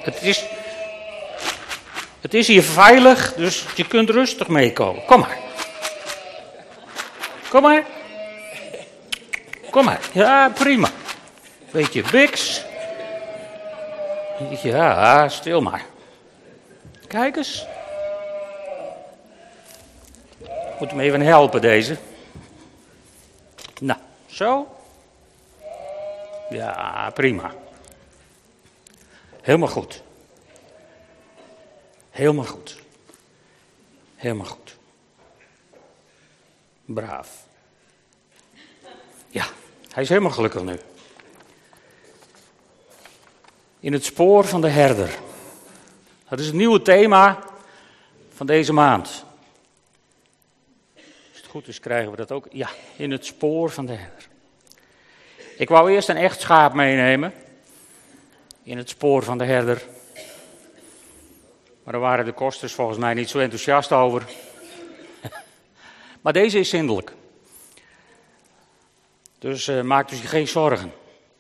het is hier veilig, dus je kunt rustig meekomen. Kom maar. Kom maar. Kom maar. Ja, prima. Beetje Bix. Ja, stil maar. Kijk eens. Moet hem even helpen, deze. Nou, zo. Ja, prima. Helemaal goed. Helemaal goed. Helemaal goed. Braaf. Ja, hij is helemaal gelukkig nu. In het spoor van de herder. Dat is het nieuwe thema van deze maand. Als het goed is, krijgen we dat ook. Ja, in het spoor van de herder. Ik wou eerst een echt schaap meenemen. In het spoor van de herder. Maar daar waren de kosters volgens mij niet zo enthousiast over. Maar deze is zindelijk. Dus maak u zich geen zorgen.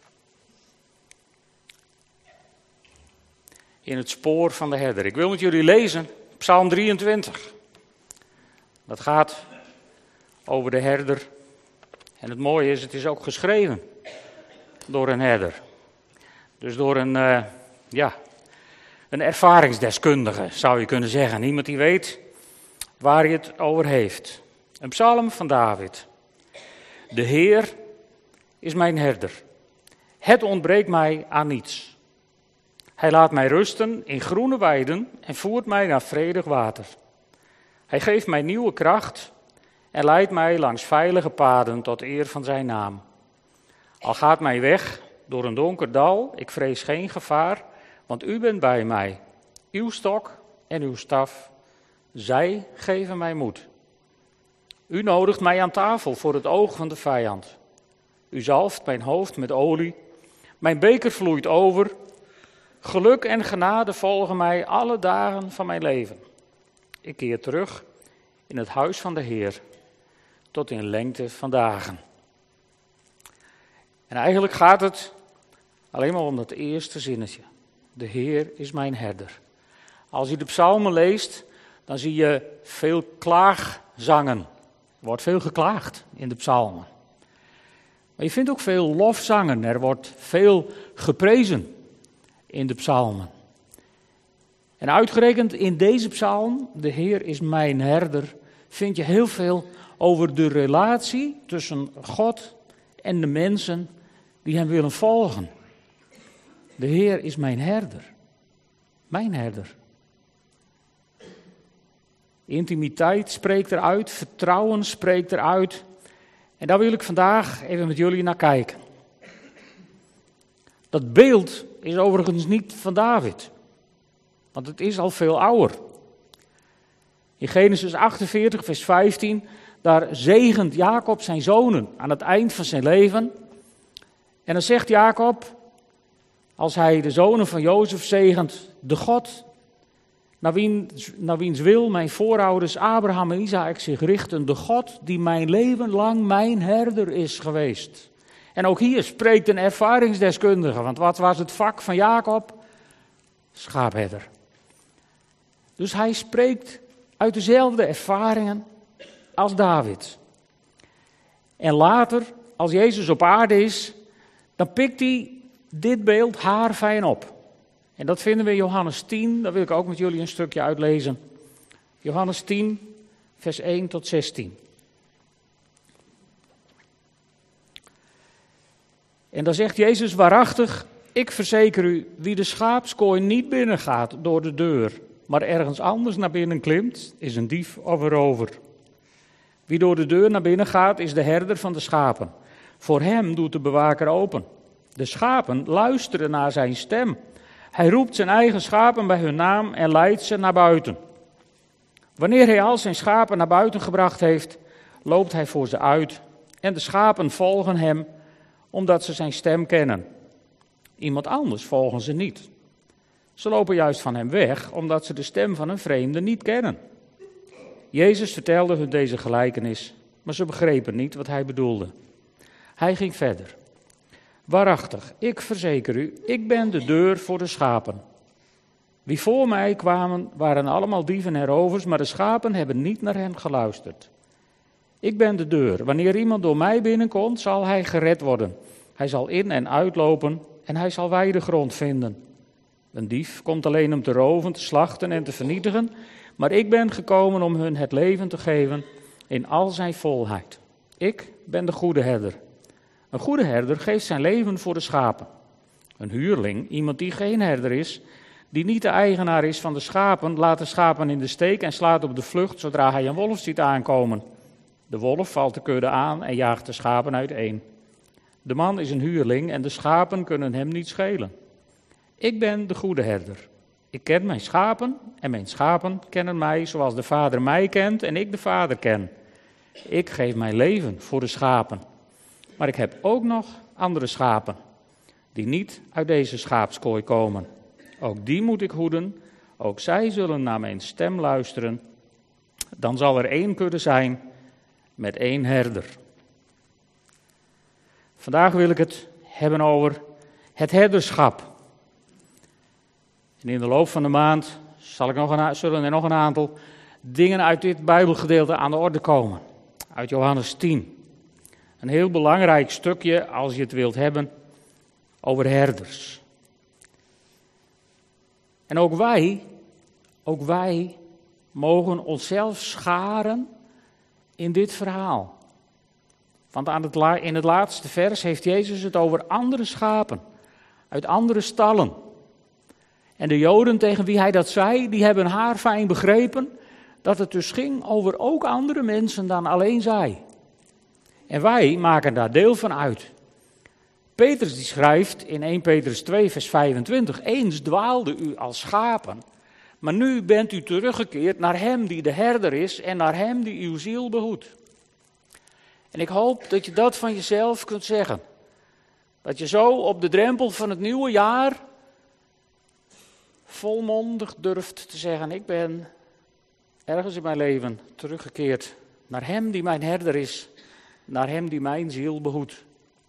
In het spoor van de herder. Ik wil met jullie lezen Psalm 23. Dat gaat over de herder. En het mooie is, het is ook geschreven door een herder. Dus door een ervaringsdeskundige, zou je kunnen zeggen. Iemand die weet waar hij het over heeft. Een psalm van David. De Heer is mijn herder. Het ontbreekt mij aan niets. Hij laat mij rusten in groene weiden en voert mij naar vredig water. Hij geeft mij nieuwe kracht en leidt mij langs veilige paden tot eer van zijn naam. Al gaat mij weg door een donker dal, ik vrees geen gevaar, want u bent bij mij. Uw stok en uw staf, zij geven mij moed. U nodigt mij aan tafel voor het oog van de vijand. U zalft mijn hoofd met olie, mijn beker vloeit over. Geluk en genade volgen mij alle dagen van mijn leven. Ik keer terug in het huis van de Heer, tot in lengte van dagen. En eigenlijk gaat het alleen maar om dat eerste zinnetje. De Heer is mijn herder. Als je de psalmen leest, dan zie je veel klaagzangen. Er wordt veel geklaagd in de psalmen. Maar je vindt ook veel lofzangen. Er wordt veel geprezen in de psalmen. En uitgerekend in deze psalm, de Heer is mijn herder, vind je heel veel over de relatie tussen God en de mensen die hem willen volgen. De Heer is mijn herder. Mijn herder. Intimiteit spreekt eruit, vertrouwen spreekt eruit. En daar wil ik vandaag even met jullie naar kijken. Dat beeld is overigens niet van David, want het is al veel ouder. In Genesis 48, vers 15, daar zegent Jacob zijn zonen aan het eind van zijn leven. En dan zegt Jacob, als hij de zonen van Jozef zegent, de God, naar wiens wil mijn voorouders Abraham en Isaac zich richten, de God die mijn leven lang mijn herder is geweest. En ook hier spreekt een ervaringsdeskundige, want wat was het vak van Jacob? Schaapherder. Dus hij spreekt uit dezelfde ervaringen als David. En later, als Jezus op aarde is, dan pikt hij dit beeld haarfijn op. En dat vinden we in Johannes 10, daar wil ik ook met jullie een stukje uitlezen. Johannes 10, vers 1 tot 16. En dan zegt Jezus waarachtig, ik verzeker u, wie de schaapskooi niet binnengaat door de deur, maar ergens anders naar binnen klimt, is een dief of een rover. Wie door de deur naar binnen gaat, is de herder van de schapen. Voor hem doet de bewaker open. De schapen luisteren naar zijn stem. Hij roept zijn eigen schapen bij hun naam en leidt ze naar buiten. Wanneer hij al zijn schapen naar buiten gebracht heeft, loopt hij voor ze uit. En de schapen volgen hem, omdat ze zijn stem kennen. Iemand anders volgen ze niet. Ze lopen juist van hem weg, omdat ze de stem van een vreemde niet kennen. Jezus vertelde hun deze gelijkenis, maar ze begrepen niet wat hij bedoelde. Hij ging verder. Waarachtig, ik verzeker u, ik ben de deur voor de schapen. Wie voor mij kwamen, waren allemaal dieven en rovers, maar de schapen hebben niet naar hen geluisterd. Ik ben de deur. Wanneer iemand door mij binnenkomt, zal hij gered worden. Hij zal in en uitlopen en hij zal weidegrond vinden. Een dief komt alleen om te roven, te slachten en te vernietigen, maar ik ben gekomen om hun het leven te geven in al zijn volheid. Ik ben de goede herder. Een goede herder geeft zijn leven voor de schapen. Een huurling, iemand die geen herder is, die niet de eigenaar is van de schapen, laat de schapen in de steek en slaat op de vlucht zodra hij een wolf ziet aankomen. De wolf valt de kudde aan en jaagt de schapen uiteen. De man is een huurling en de schapen kunnen hem niet schelen. Ik ben de goede herder. Ik ken mijn schapen en mijn schapen kennen mij zoals de Vader mij kent en ik de Vader ken. Ik geef mijn leven voor de schapen. Maar ik heb ook nog andere schapen die niet uit deze schaapskooi komen. Ook die moet ik hoeden. Ook zij zullen naar mijn stem luisteren. Dan zal er één kudde zijn met één herder. Vandaag wil ik het hebben over het herderschap. En in de loop van de maand zullen er nog een aantal dingen uit dit Bijbelgedeelte aan de orde komen. Uit Johannes 10. Een heel belangrijk stukje, als je het wilt hebben, over herders. En ook wij mogen onszelf scharen in dit verhaal. Want in het laatste vers heeft Jezus het over andere schapen, uit andere stallen. En de Joden tegen wie hij dat zei, die hebben haarfijn begrepen dat het dus ging over ook andere mensen dan alleen zij. En wij maken daar deel van uit. Petrus die schrijft in 1 Petrus 2 vers 25, eens dwaalde u als schapen, maar nu bent u teruggekeerd naar hem die de herder is en naar hem die uw ziel behoedt. En ik hoop dat je dat van jezelf kunt zeggen. Dat je zo op de drempel van het nieuwe jaar volmondig durft te zeggen, ik ben ergens in mijn leven teruggekeerd naar hem die mijn herder is, naar hem die mijn ziel behoedt.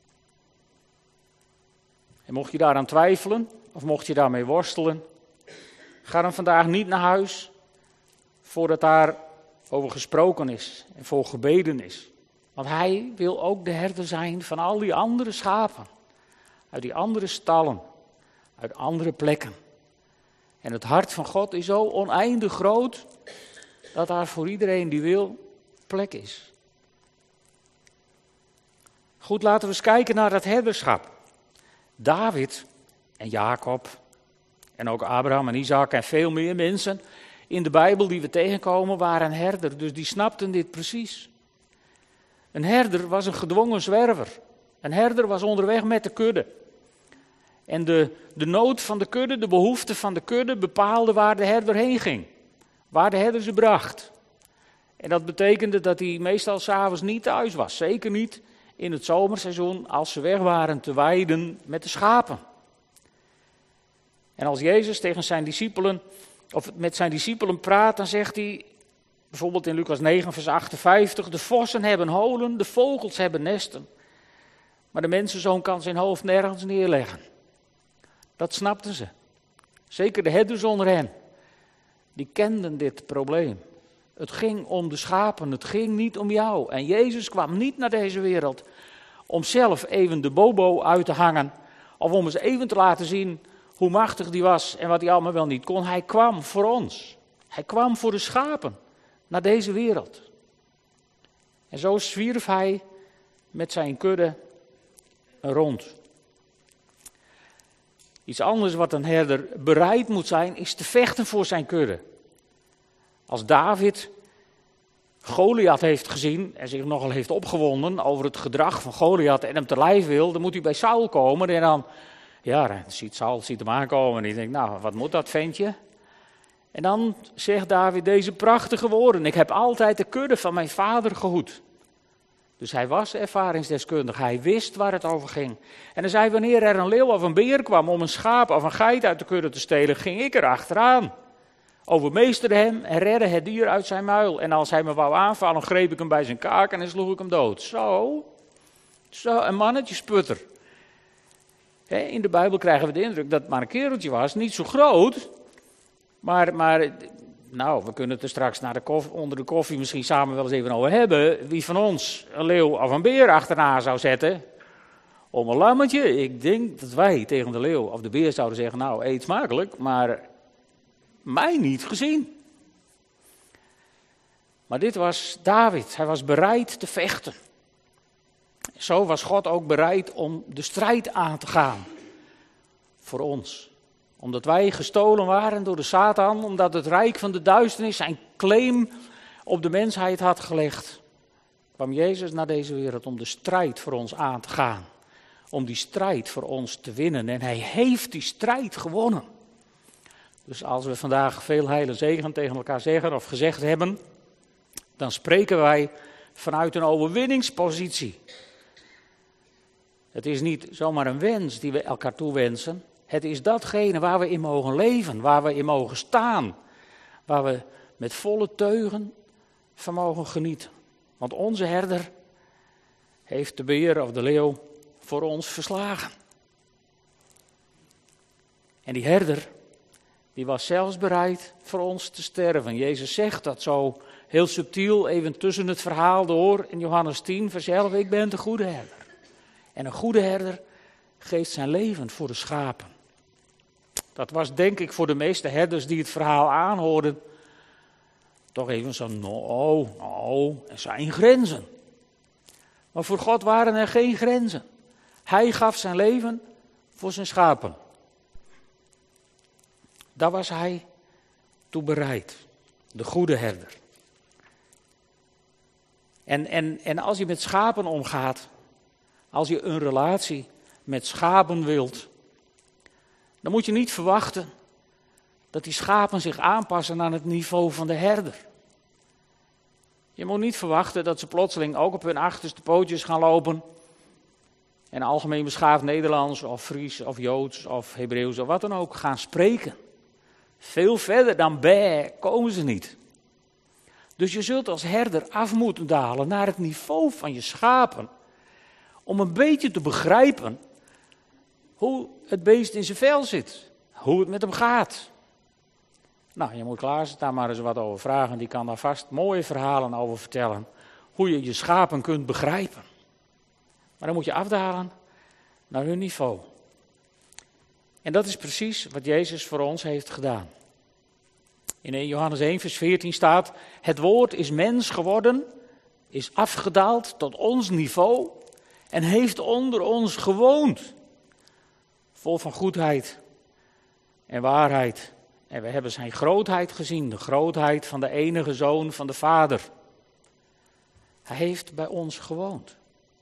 En mocht je daaraan twijfelen, of mocht je daarmee worstelen, ga dan vandaag niet naar huis voordat daar over gesproken is en voor gebeden is. Want hij wil ook de herder zijn van al die andere schapen, uit die andere stallen, uit andere plekken. En het hart van God is zo oneindig groot, dat daar voor iedereen die wil plek is. Goed, laten we eens kijken naar dat herderschap. David en Jacob en ook Abraham en Isaac en veel meer mensen in de Bijbel die we tegenkomen waren herder. Dus die snapten dit precies. Een herder was een gedwongen zwerver. Een herder was onderweg met de kudde. En de nood van de kudde, de behoefte van de kudde bepaalde waar de herder heen ging. Waar de herder ze bracht. En dat betekende dat hij meestal 's avonds niet thuis was. Zeker niet in het zomerseizoen als ze weg waren te weiden met de schapen. En als Jezus tegen zijn discipelen, of met zijn discipelen praat, dan zegt hij, bijvoorbeeld in Lucas 9 vers 58, de vossen hebben holen, de vogels hebben nesten, maar de mensenzoon kan zijn hoofd nergens neerleggen. Dat snapten ze. Zeker de herders onder hen, die kenden dit probleem. Het ging om de schapen, het ging niet om jou. En Jezus kwam niet naar deze wereld om zelf even de bobo uit te hangen, of om eens even te laten zien hoe machtig die was en wat hij allemaal wel niet kon. Hij kwam voor ons. Hij kwam voor de schapen naar deze wereld. En zo zwierf hij met zijn kudde rond. Iets anders wat een herder bereid moet zijn, is te vechten voor zijn kudde. Als David Goliath heeft gezien en zich nogal heeft opgewonden over het gedrag van Goliath en hem te lijf wil, dan moet hij bij Saul komen en dan, Saul ziet hem aankomen en die denkt, nou, wat moet dat ventje? En dan zegt David deze prachtige woorden, ik heb altijd de kudde van mijn vader gehoed. Dus hij was ervaringsdeskundig, hij wist waar het over ging. En hij zei, wanneer er een leeuw of een beer kwam om een schaap of een geit uit de kudde te stelen, ging ik er achteraan. Overmeesterde hem en redde het dier uit zijn muil. En als hij me wou aanvallen, greep ik hem bij zijn kaak en dan sloeg ik hem dood. Zo, een mannetjesputter. In de Bijbel krijgen we de indruk dat het maar een kereltje was, niet zo groot, Maar nou, we kunnen het er straks onder de koffie misschien samen wel eens even over hebben. Wie van ons een leeuw of een beer achterna zou zetten om een lammetje? Ik denk dat wij tegen de leeuw of de beer zouden zeggen, nou, eet smakelijk, maar mij niet gezien. Maar dit was David, hij was bereid te vechten. Zo was God ook bereid om de strijd aan te gaan voor ons. Omdat wij gestolen waren door de Satan, omdat het rijk van de duisternis zijn claim op de mensheid had gelegd, kwam Jezus naar deze wereld om de strijd voor ons aan te gaan. Om die strijd voor ons te winnen. En hij heeft die strijd gewonnen. Dus als we vandaag veel heil en zegen tegen elkaar zeggen of gezegd hebben, dan spreken wij vanuit een overwinningspositie. Het is niet zomaar een wens die we elkaar toewensen. Het is datgene waar we in mogen leven, waar we in mogen staan. Waar we met volle teugen van mogen genieten. Want onze herder heeft de beer of de leeuw voor ons verslagen. En die herder, die was zelfs bereid voor ons te sterven. Jezus zegt dat zo heel subtiel, even tussen het verhaal door in Johannes 10, vers 11. Ik ben de goede herder. En een goede herder geeft zijn leven voor de schapen. Dat was denk ik voor de meeste herders die het verhaal aanhoorden, toch even zo, er zijn grenzen. Maar voor God waren er geen grenzen. Hij gaf zijn leven voor zijn schapen. Daar was hij toe bereid. De goede herder. En als je met schapen omgaat, als je een relatie met schapen wilt, dan moet je niet verwachten dat die schapen zich aanpassen aan het niveau van de herder. Je moet niet verwachten dat ze plotseling ook op hun achterste pootjes gaan lopen en algemeen beschaafd Nederlands of Fries of Joods of Hebreeuws of wat dan ook gaan spreken. Veel verder dan komen ze niet. Dus je zult als herder af moeten dalen naar het niveau van je schapen, om een beetje te begrijpen hoe het beest in zijn vel zit, hoe het met hem gaat. Nou, je moet Klaas daar maar eens wat over vragen, die kan daar vast mooie verhalen over vertellen, hoe je je schapen kunt begrijpen. Maar dan moet je afdalen naar hun niveau. En dat is precies wat Jezus voor ons heeft gedaan. In Johannes 1 vers 14 staat, het woord is mens geworden, is afgedaald tot ons niveau en heeft onder ons gewoond. Vol van goedheid en waarheid. En we hebben zijn grootheid gezien, de grootheid van de enige Zoon van de Vader. Hij heeft bij ons gewoond.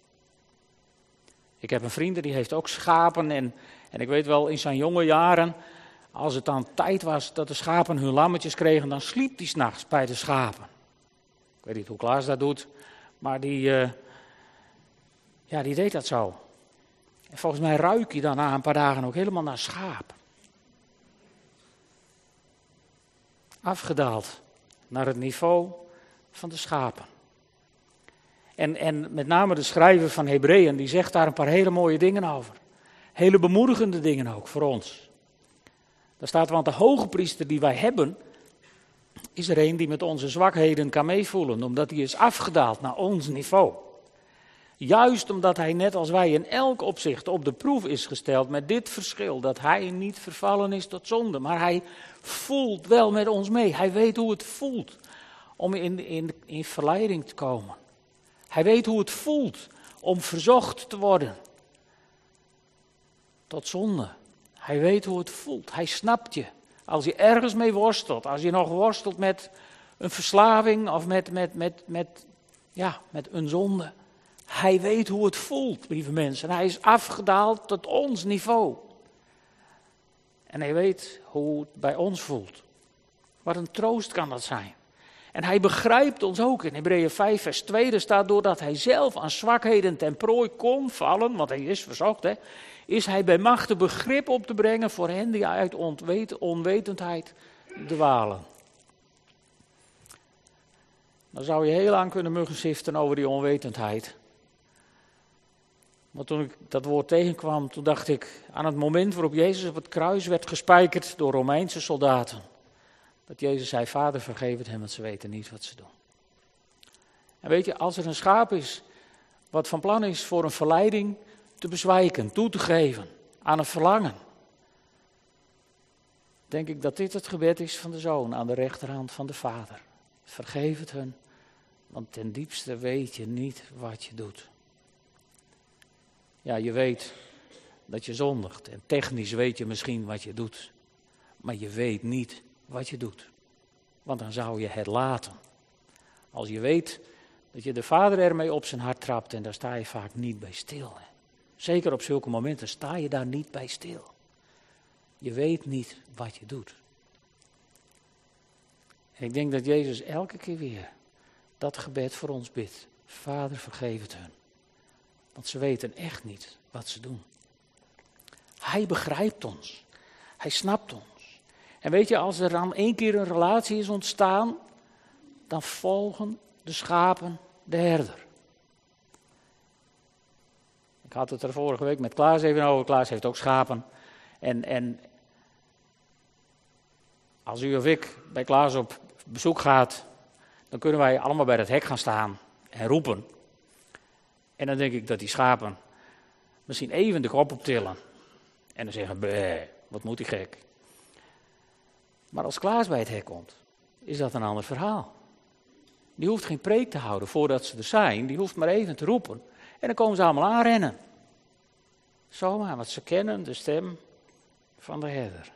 Ik heb een vriend die heeft ook schapen en ik weet wel in zijn jonge jaren, als het dan tijd was dat de schapen hun lammetjes kregen, dan sliep hij 's nachts bij de schapen. Ik weet niet hoe Klaas dat doet, maar die deed dat zo. En volgens mij ruik je dan na een paar dagen ook helemaal naar schaap. Afgedaald naar het niveau van de schapen. En met name de schrijver van Hebreeën, die zegt daar een paar hele mooie dingen over. Hele bemoedigende dingen ook voor ons. Daar staat, want de hoge priester die wij hebben, is er een die met onze zwakheden kan meevoelen, omdat hij is afgedaald naar ons niveau. Juist omdat hij net als wij in elk opzicht op de proef is gesteld, met dit verschil, dat hij niet vervallen is tot zonde, maar hij voelt wel met ons mee. Hij weet hoe het voelt om in verleiding te komen. Hij weet hoe het voelt om verzocht te worden tot zonde. Hij weet hoe het voelt. Hij snapt je. Als je ergens mee worstelt, als je nog worstelt met een verslaving of met een zonde. Hij weet hoe het voelt, lieve mensen. Hij is afgedaald tot ons niveau. En hij weet hoe het bij ons voelt. Wat een troost kan dat zijn. En hij begrijpt ons ook. In Hebreeën 5 vers 2 staat, doordat hij zelf aan zwakheden ten prooi kon vallen, want hij is verzocht, is hij bij machte begrip op te brengen voor hen die uit onwetendheid dwalen. Dan zou je heel lang kunnen muggenziften over die onwetendheid. Maar toen ik dat woord tegenkwam, toen dacht ik aan het moment waarop Jezus op het kruis werd gespijkerd door Romeinse soldaten. Dat Jezus zei, Vader vergeef het hen, want ze weten niet wat ze doen. En weet je, als er een schaap is wat van plan is voor een verleiding te bezwijken, toe te geven aan een verlangen, denk ik dat dit het gebed is van de Zoon aan de rechterhand van de Vader. Vergeef het hun, want ten diepste weet je niet wat je doet. Ja, je weet dat je zondigt en technisch weet je misschien wat je doet, maar je weet niet wat je doet. Want dan zou je het laten. Als je weet dat je de Vader ermee op zijn hart trapt en daar sta je vaak niet bij stil. Hè. Zeker op zulke momenten sta je daar niet bij stil. Je weet niet wat je doet. En ik denk dat Jezus elke keer weer dat gebed voor ons bidt. Vader, vergeef het hun. Want ze weten echt niet wat ze doen. Hij begrijpt ons. Hij snapt ons. En weet je, als er dan 1 keer een relatie is ontstaan, dan volgen de schapen de herder. Ik had het er vorige week met Klaas even over. Klaas heeft ook schapen. En als u of ik bij Klaas op bezoek gaat, dan kunnen wij allemaal bij het hek gaan staan en roepen. En dan denk ik dat die schapen misschien even de kop optillen. En dan zeggen, bleh, wat moet die gek. Maar als Klaas bij het hek komt, is dat een ander verhaal. Die hoeft geen preek te houden voordat ze er zijn. Die hoeft maar even te roepen. En dan komen ze allemaal aanrennen. Zomaar, want ze kennen de stem van de herder.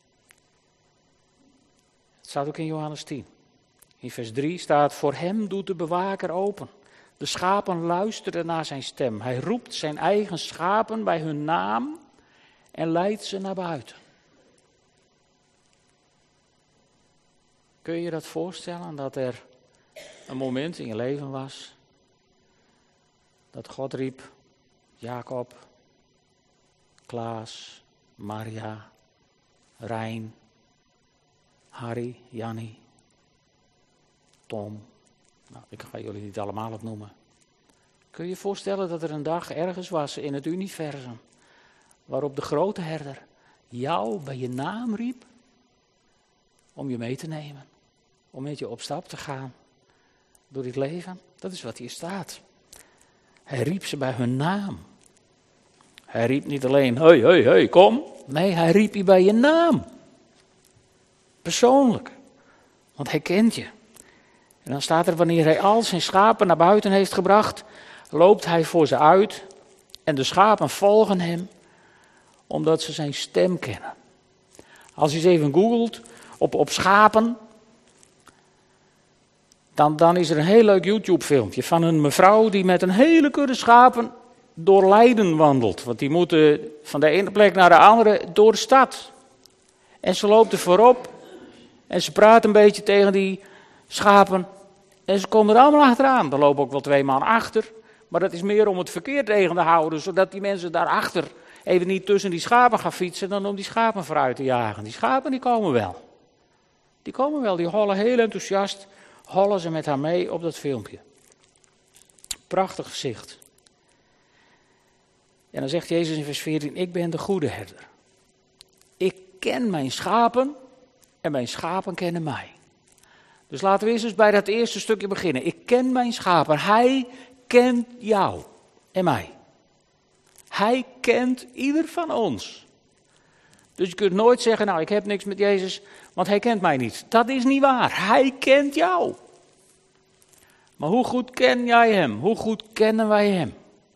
Het staat ook in Johannes 10. In vers 3 staat, voor hem doet de bewaker open. De schapen luisteren naar zijn stem. Hij roept zijn eigen schapen bij hun naam en leidt ze naar buiten. Kun je je dat voorstellen, dat er een moment in je leven was dat God riep, Jacob, Klaas, Maria, Rijn, Harry, Jannie, Tom. Nou, ik ga jullie niet allemaal opnoemen. Kun je je voorstellen dat er een dag ergens was in het universum waarop de grote herder jou bij je naam riep om je mee te nemen, om met je op stap te gaan door dit leven? Dat is wat hier staat. Hij riep ze bij hun naam. Hij riep niet alleen, hey, kom. Nee, hij riep je bij je naam. Persoonlijk. Want hij kent je. En dan staat er, wanneer hij al zijn schapen naar buiten heeft gebracht, loopt hij voor ze uit. En de schapen volgen hem, omdat ze zijn stem kennen. Als je eens even googelt op schapen, dan is er een heel leuk YouTube-filmpje van een mevrouw die met een hele kudde schapen door Leiden wandelt. Want die moeten van de ene plek naar de andere door de stad. En ze loopt er voorop en ze praat een beetje tegen die schapen. En ze komen er allemaal achteraan. Er lopen ook wel 2 man achter. Maar dat is meer om het verkeer tegen te houden, zodat die mensen daarachter even niet tussen die schapen gaan fietsen, dan om die schapen vooruit te jagen. Die schapen die komen wel. Die hollen heel enthousiast, hollen ze met haar mee op dat filmpje. Prachtig gezicht. En dan zegt Jezus in vers 14, ik ben de goede herder. Ik ken mijn schapen en mijn schapen kennen mij. Dus laten we eens bij dat eerste stukje beginnen. Ik ken mijn schapen. Hij kent jou en mij. Hij kent ieder van ons. Dus je kunt nooit zeggen, nou ik heb niks met Jezus, want hij kent mij niet. Dat is niet waar. Hij kent jou. Maar hoe goed ken jij hem? Hoe goed kennen wij hem?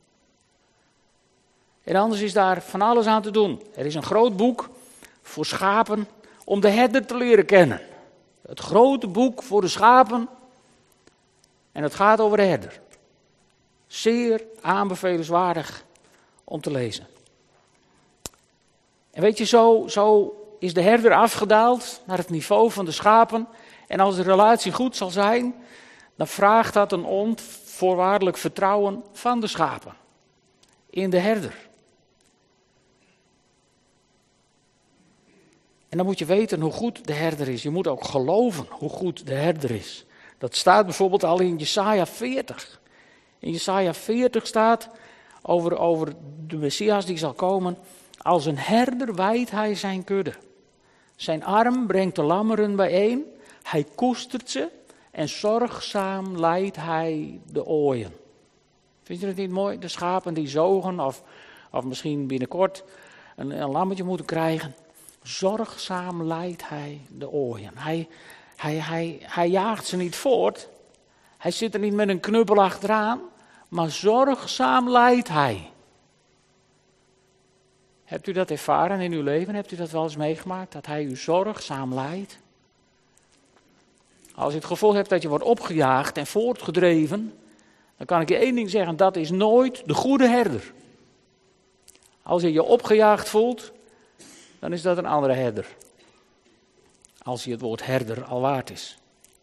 En anders is daar van alles aan te doen. Er is een groot boek voor schapen om de herder te leren kennen. Het grote boek voor de schapen. En het gaat over de herder. Zeer aanbevelenswaardig om te lezen. En weet je, zo is de herder afgedaald naar het niveau van de schapen. En als de relatie goed zal zijn, dan vraagt dat een onvoorwaardelijk vertrouwen van de schapen in de herder. En dan moet je weten hoe goed de herder is. Je moet ook geloven hoe goed de herder is. Dat staat bijvoorbeeld al in Jesaja 40. In Jesaja 40 staat over de Messias die zal komen. Als een herder wijdt hij zijn kudde. Zijn arm brengt de lammeren bijeen Hij koestert ze en zorgzaam leidt hij de ooien. Vind je het niet mooi? De schapen die zogen of misschien binnenkort een lammetje moeten krijgen. Zorgzaam leidt hij de ooien. Hij jaagt ze niet voort. Hij zit er niet met een knuppel achteraan. Maar zorgzaam leidt hij. Hebt u dat ervaren in uw leven? Hebt u dat wel eens meegemaakt? Dat hij u zorgzaam leidt? Als je het gevoel hebt dat je wordt opgejaagd en voortgedreven, dan kan ik je één ding zeggen, dat is nooit de goede herder. Als je je opgejaagd voelt, dan is dat een andere herder. Als hij het woord herder al waard is.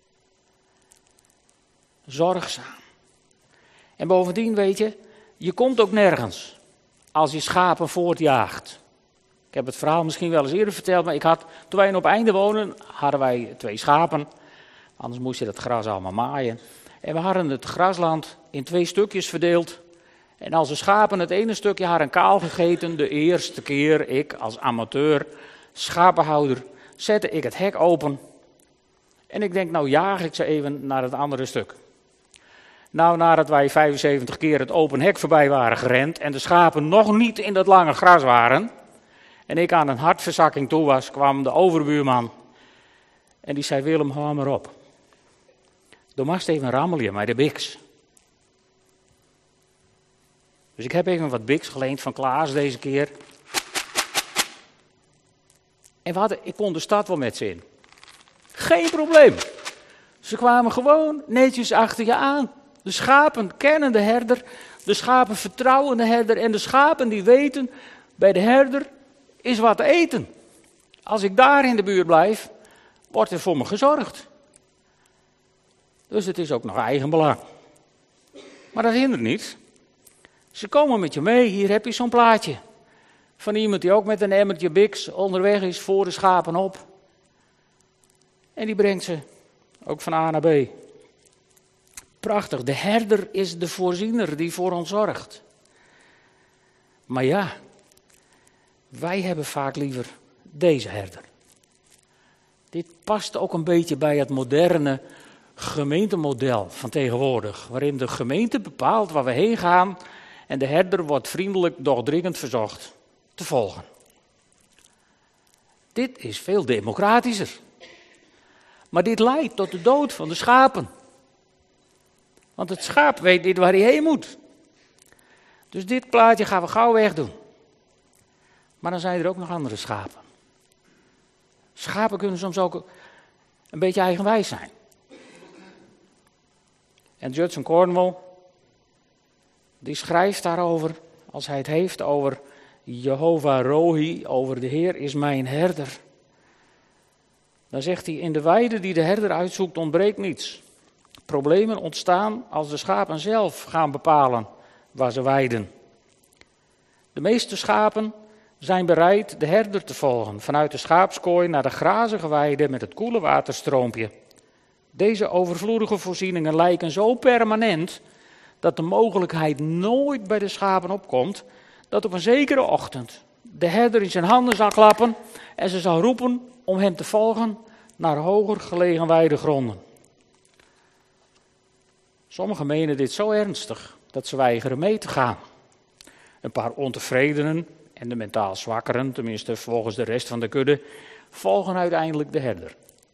Zorgzaam. En bovendien weet je komt ook nergens als je schapen voortjaagt. Ik heb het verhaal misschien wel eens eerder verteld, maar toen wij op Einde woonden, hadden wij 2 schapen. Anders moest je dat gras allemaal maaien. En we hadden het grasland in 2 stukjes verdeeld. En als de schapen het ene stukje hadden kaal gegeten, de eerste keer, ik als amateur schapenhouder, zette ik het hek open. En ik denk, nou jaag ik ze even naar het andere stuk. Nou, nadat wij 75 keer het open hek voorbij waren gerend en de schapen nog niet in dat lange gras waren, en ik aan een hartverzakking toe was, kwam de overbuurman en die zei, Willem, hou maar op. Doe maar even een rammelje met de biks. Dus ik heb even wat biks geleend van Klaas deze keer. En ik kon de stad wel met ze in. Geen probleem. Ze kwamen gewoon netjes achter je aan. De schapen kennen de herder, de schapen vertrouwen de herder en de schapen die weten, bij de herder is wat te eten. Als ik daar in de buurt blijf, wordt er voor me gezorgd. Dus het is ook nog eigen belang. Maar dat hindert niet. Ze komen met je mee, hier heb je zo'n plaatje. Van iemand die ook met een emmertje biks onderweg is voor de schapen op. En die brengt ze ook van A naar B. Prachtig, de herder is de voorziener die voor ons zorgt. Maar ja, wij hebben vaak liever deze herder. Dit past ook een beetje bij het moderne gemeentemodel van tegenwoordig. Waarin de gemeente bepaalt waar we heen gaan en de herder wordt vriendelijk, doch dringend verzocht te volgen. Dit is veel democratischer. Maar dit leidt tot de dood van de schapen. Want het schaap weet niet waar hij heen moet. Dus dit plaatje gaan we gauw wegdoen. Maar dan zijn er ook nog andere schapen. Schapen kunnen soms ook een beetje eigenwijs zijn. En Judson Cornwall, die schrijft daarover, als hij het heeft over Jehovah Rohi, over de Heer is mijn herder. Dan zegt hij, in de weide die de herder uitzoekt ontbreekt niets. Problemen ontstaan als de schapen zelf gaan bepalen waar ze weiden. De meeste schapen zijn bereid de herder te volgen, vanuit de schaapskooi naar de grazige weide met het koele waterstroompje. Deze overvloedige voorzieningen lijken zo permanent dat de mogelijkheid nooit bij de schapen opkomt dat op een zekere ochtend de herder in zijn handen zal klappen en ze zal roepen om hem te volgen naar hoger gelegen weidegronden. Sommigen menen dit zo ernstig dat ze weigeren mee te gaan. Een paar ontevredenen en de mentaal zwakkeren, tenminste volgens de rest van de kudde, volgen uiteindelijk de herder.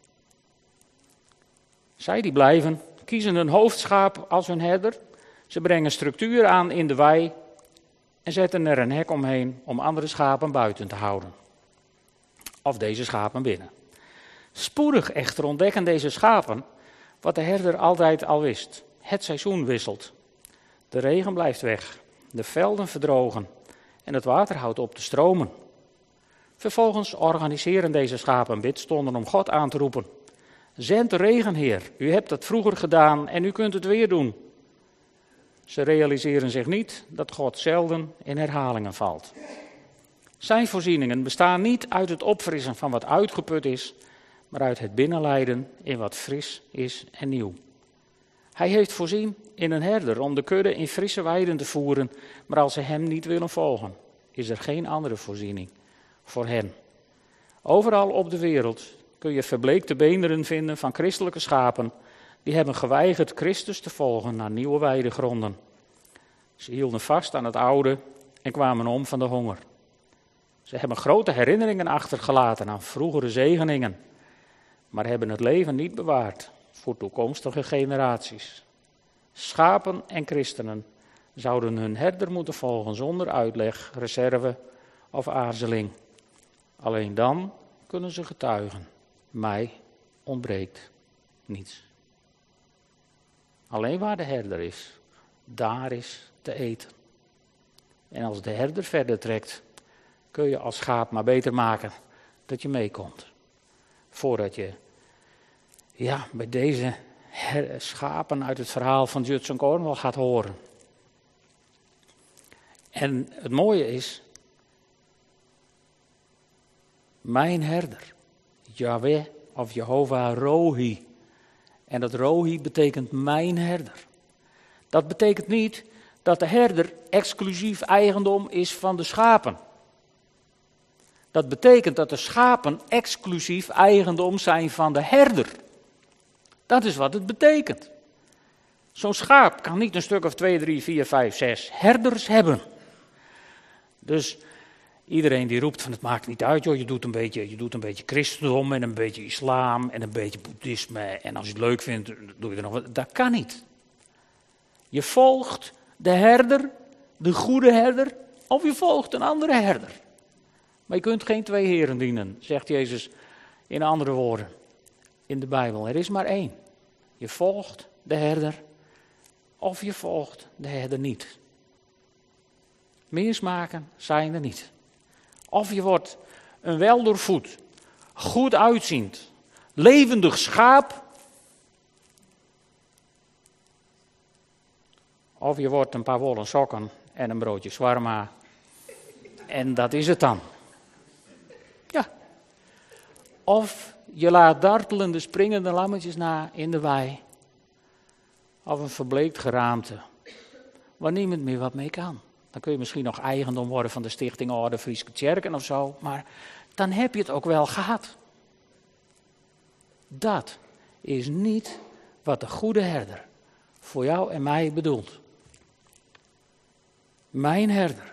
Zij die blijven, kiezen een hoofdschaap als hun herder. Ze brengen structuur aan in de wei en zetten er een hek omheen om andere schapen buiten te houden. Of deze schapen binnen. Spoedig echter ontdekken deze schapen wat de herder altijd al wist. Het seizoen wisselt. De regen blijft weg. De velden verdrogen. En het water houdt op te stromen. Vervolgens organiseren deze schapen bidstonden om God aan te roepen. Zend de regen, Heer. U hebt dat vroeger gedaan en u kunt het weer doen. Ze realiseren zich niet dat God zelden in herhalingen valt. Zijn voorzieningen bestaan niet uit het opfrissen van wat uitgeput is, maar uit het binnenleiden in wat fris is en nieuw. Hij heeft voorzien in een herder om de kudde in frisse weiden te voeren, maar als ze hem niet willen volgen, is er geen andere voorziening voor hen. Overal op de wereld kun je verbleekte beenderen vinden van christelijke schapen. Die hebben geweigerd Christus te volgen naar nieuwe weidegronden. Ze hielden vast aan het oude en kwamen om van de honger. Ze hebben grote herinneringen achtergelaten aan vroegere zegeningen, maar hebben het leven niet bewaard voor toekomstige generaties. Schapen en christenen zouden hun herder moeten volgen zonder uitleg, reserve of aarzeling. Alleen dan kunnen ze getuigen: mij ontbreekt niets. Alleen waar de herder is, daar is te eten. En als de herder verder trekt, kun je als schaap maar beter maken dat je meekomt. Voordat je bij deze schapen uit het verhaal van Judson Cornwall gaat horen. En het mooie is, mijn herder, Yahweh of Jehovah Rohi. En dat Rohi betekent mijn herder. Dat betekent niet dat de herder exclusief eigendom is van de schapen. Dat betekent dat de schapen exclusief eigendom zijn van de herder. Dat is wat het betekent. Zo'n schaap kan niet een stuk of 2, 3, 4, 5, 6 herders hebben. Dus iedereen die roept van het maakt niet uit, joh, je doet een beetje christendom en een beetje islam en een beetje boeddhisme. En als je het leuk vindt, doe je er nog wat. Dat kan niet. Je volgt de herder, de goede herder, of je volgt een andere herder. Maar je kunt geen 2 heren dienen, zegt Jezus in andere woorden in de Bijbel. Er is maar 1. Je volgt de herder of je volgt de herder niet. Meersmaken zijn er niet. Of je wordt een weldoorvoed, goed uitziend, levendig schaap. Of je wordt een paar wollen sokken en een broodje shawarma. En dat is het dan. Ja. Of je laat dartelende, springende lammetjes na in de wei. Of een verbleekt geraamte, waar niemand meer wat mee kan. Dan kun je misschien nog eigendom worden van de Stichting Orde Frieske Tjerken of zo. Maar dan heb je het ook wel gehad. Dat is niet wat de goede herder voor jou en mij bedoelt. Mijn herder.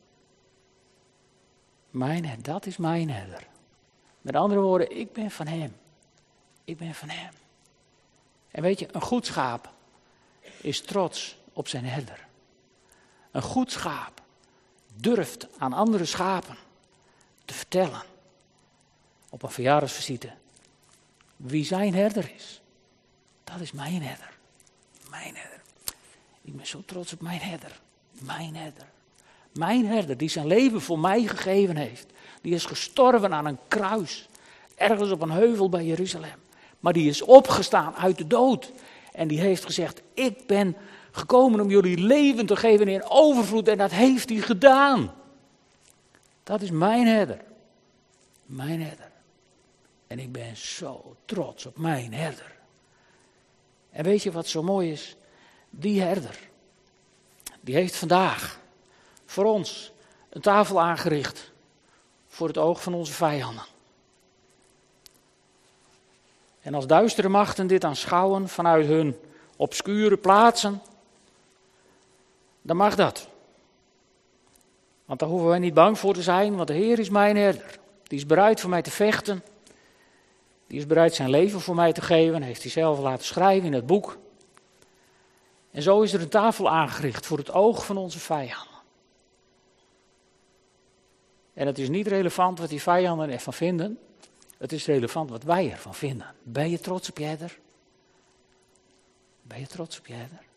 Dat is mijn herder. Met andere woorden, ik ben van hem. Ik ben van hem. En weet je, een goed schaap is trots op zijn herder. Een goed schaap durft aan andere schapen te vertellen op een verjaardagsvisite wie zijn herder is. Dat is mijn herder. Mijn herder. Ik ben zo trots op mijn herder. Mijn herder. Mijn herder die zijn leven voor mij gegeven heeft. Die is gestorven aan een kruis. Ergens op een heuvel bij Jeruzalem. Maar die is opgestaan uit de dood. En die heeft gezegd, ik ben gekomen om jullie leven te geven in overvloed. En dat heeft hij gedaan. Dat is mijn herder. Mijn herder. En ik ben zo trots op mijn herder. En weet je wat zo mooi is? Die herder, die heeft vandaag voor ons een tafel aangericht. Voor het oog van onze vijanden. En als duistere machten dit aanschouwen vanuit hun obscure plaatsen, dan mag dat. Want daar hoeven wij niet bang voor te zijn, want de Heer is mijn herder. Die is bereid voor mij te vechten. Die is bereid zijn leven voor mij te geven. Heeft hij zelf laten schrijven in het boek. En zo is er een tafel aangericht voor het oog van onze vijanden. En het is niet relevant wat die vijanden ervan vinden. Het is relevant wat wij ervan vinden. Ben je trots op je herder? Ben je trots op je herder?